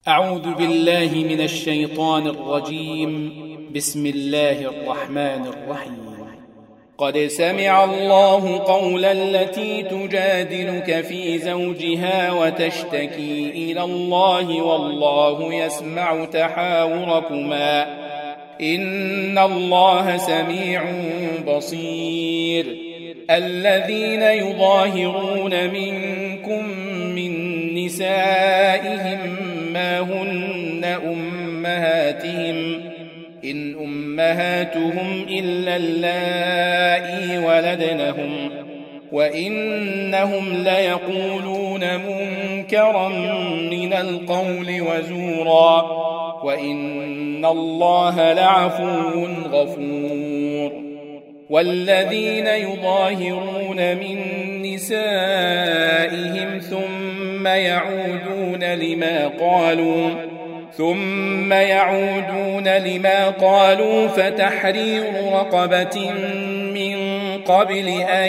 أعوذ بالله من الشيطان الرجيم. بسم الله الرحمن الرحيم. قد سمع الله قول التي تجادلك في زوجها وتشتكي إلى الله والله يسمع تحاوركما إن الله سميع بصير. الذين يظاهرون منكم من نسائهم ما هن أمهاتهم إن أمهاتهم إلا اللائي ولدنهم وإنهم ليقولون منكرا من القول وزورا وإن الله لعفو غفور. والذين يظاهرون من نسائهم ثم يعودون لما قالوا فتحرير رقبة من قبل أن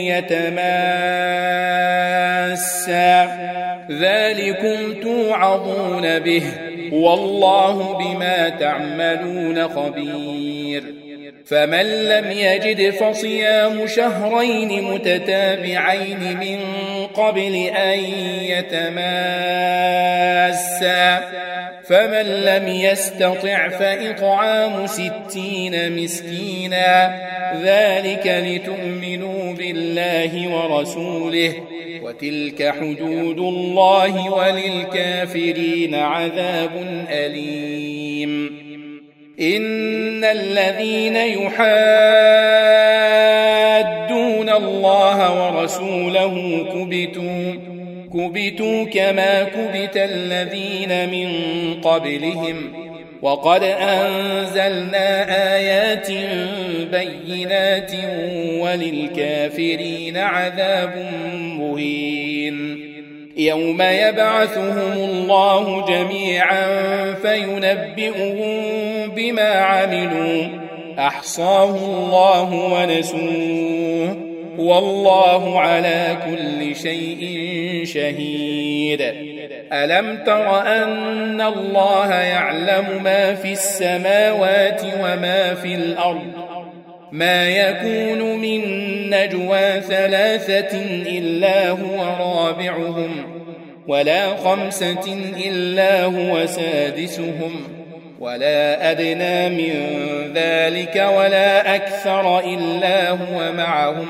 يتماسا ذلكم توعظون به والله بما تعملون خبير. فمن لم يجد فصيام شهرين متتابعين من قبل أن يتماسا فمن لم يستطع فإطعام 60 مسكينا ذلك لتؤمنوا بالله ورسوله وتلك حدود الله وللكافرين عذاب أليم. إن الذين يحادون الله ورسوله كبتوا كما كبت الذين من قبلهم وقد أنزلنا آيات بينات وللكافرين عذاب مهين. يوم يبعثهم الله جميعا فينبئهم بما عملوا أحصاه الله ونسوه والله على كل شيء شهيد. ألم تر أن الله يعلم ما في السماوات وما في الأرض ما يكون من نجوى 3 إلا هو رابعهم ولا 5 إلا هو سادسهم ولا أدنى من ذلك ولا أكثر إلا هو معهم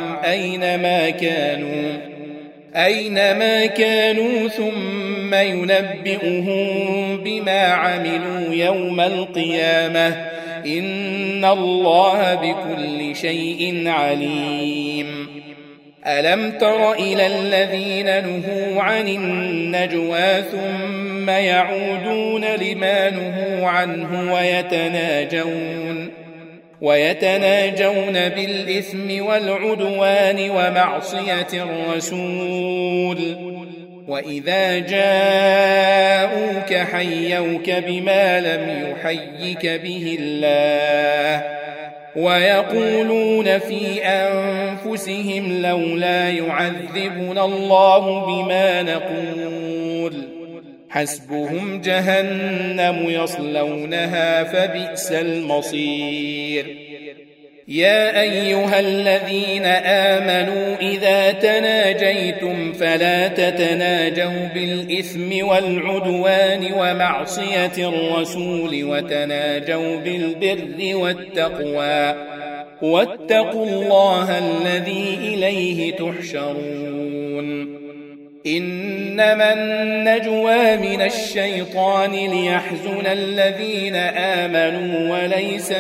أينما كانوا ثم ينبئهم بما عملوا يوم القيامة إن الله بكل شيء عليم. ألم تر إلى الذين نهوا عن النجوى ثم يعودون لما نهوا عنه ويتناجون بالإثم والعدوان ومعصية الرسول وإذا جاءوك حيوك بما لم يحيك به الله ويقولون في أنفسهم لولا يعذبنا الله بما نقول حسبهم جهنم يصلونها فبئس المصير. يا أيها الذين آمنوا إذا تناجيتم فلا تتناجوا بالإثم والعدوان ومعصية الرسول وتناجوا بالبر والتقوى واتقوا الله الذي إليه تحشرون. إنما النجوى من الشيطان ليحزن الذين آمنوا وليس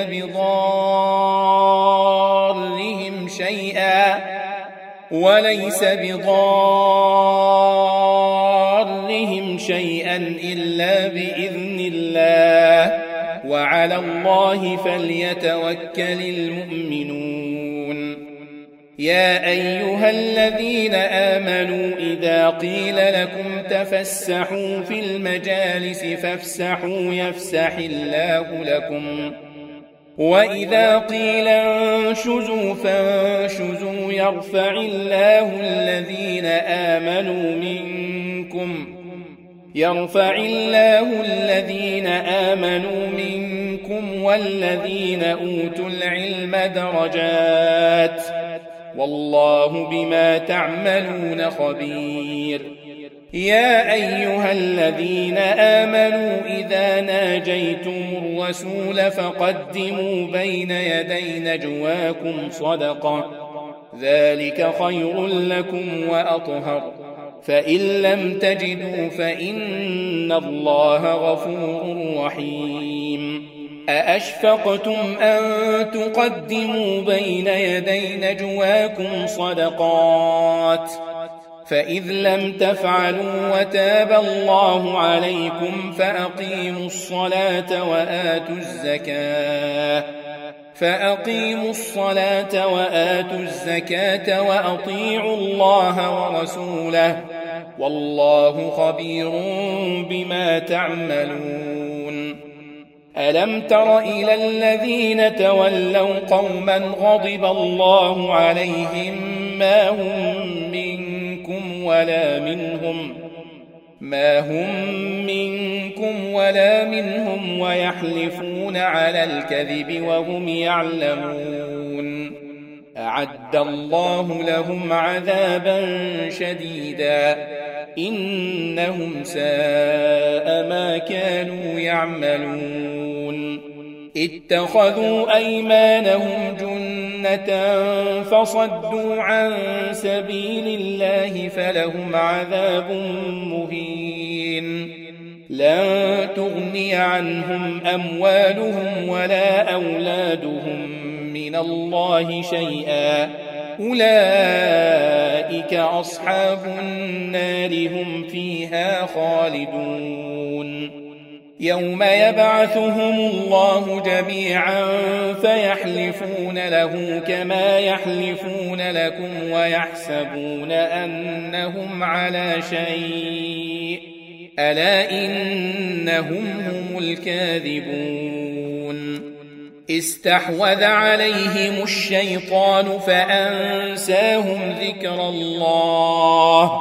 بضارهم شيئا إلا بإذن الله وعلى الله فليتوكل المؤمنون. يا أيها الذين آمنوا إذا قيل لكم تفسحوا في المجالس فافسحوا يفسح الله لكم وإذا قيل انشزوا فانشزوا يرفع الله الذين آمنوا منكم يرفع الله الذين آمنوا منكم والذين أوتوا العلم درجات والله بما تعملون خبير يا أيها الذين آمنوا إذا ناجيتم الرسول فقدموا بين يدي نجواكم صدقة ذلك خير لكم وأطهر فإن لم تجدوا فإن الله غفور رحيم أأشفقتم أن تقدموا بين يدي نجواكم صدقات فإذ لم تفعلوا وتاب الله عليكم فأقيموا الصلاة وآتوا الزكاة وأطيعوا الله ورسوله والله خبير بما تعملون ألم تر إلى الذين تولوا قوما غضب الله عليهم ما هم منكم ولا منهم ويحلفون على الكذب وهم يعلمون أعد الله لهم عذابا شديدا إنهم ساء ما كانوا يعملون اتخذوا أيمانهم جنة فصدوا عن سبيل الله فلهم عذاب مهين لن تغني عنهم أموالهم ولا أولادهم من الله شيئا أولئك أصحاب النار هم فيها خالدون يوم يبعثهم الله جميعا فيحلفون له كما يحلفون لكم ويحسبون أنهم على شيء ألا إنهم هم الكاذبون استحوذ عليهم الشيطان فأنساهم ذكر الله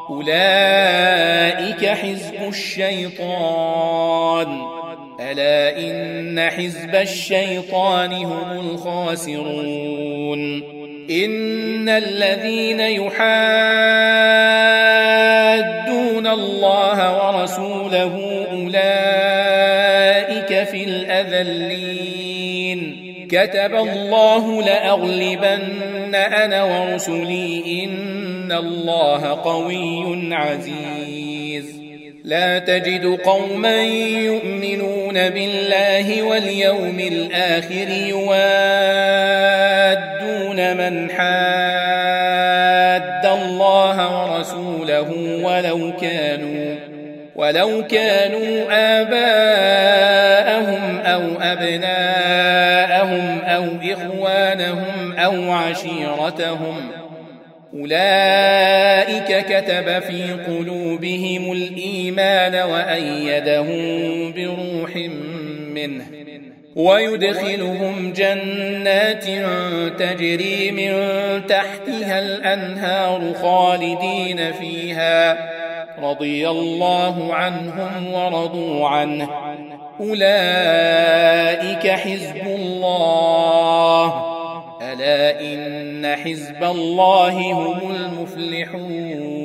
أولئك حزب الشيطان ألا إن حزب الشيطان هم الخاسرون إن الذين يحادون الله ورسوله أولئك في الأذلين كتب الله لأغلبن أنا ورسلي إن الله قوي عزيز لا تجد قوما يؤمنون بالله واليوم الآخر يوادون من حاد الله ورسوله ولو كانوا آباءهم أو أبناءهم أو إخوانهم أو عشيرتهم أولئك كتب في قلوبهم الإيمان وأيدهم بروح منه ويدخلهم جنات تجري من تحتها الأنهار خالدين فيها رضي الله عنهم ورضوا عنه أولئك حزب الله ألا إن حزب الله هم المفلحون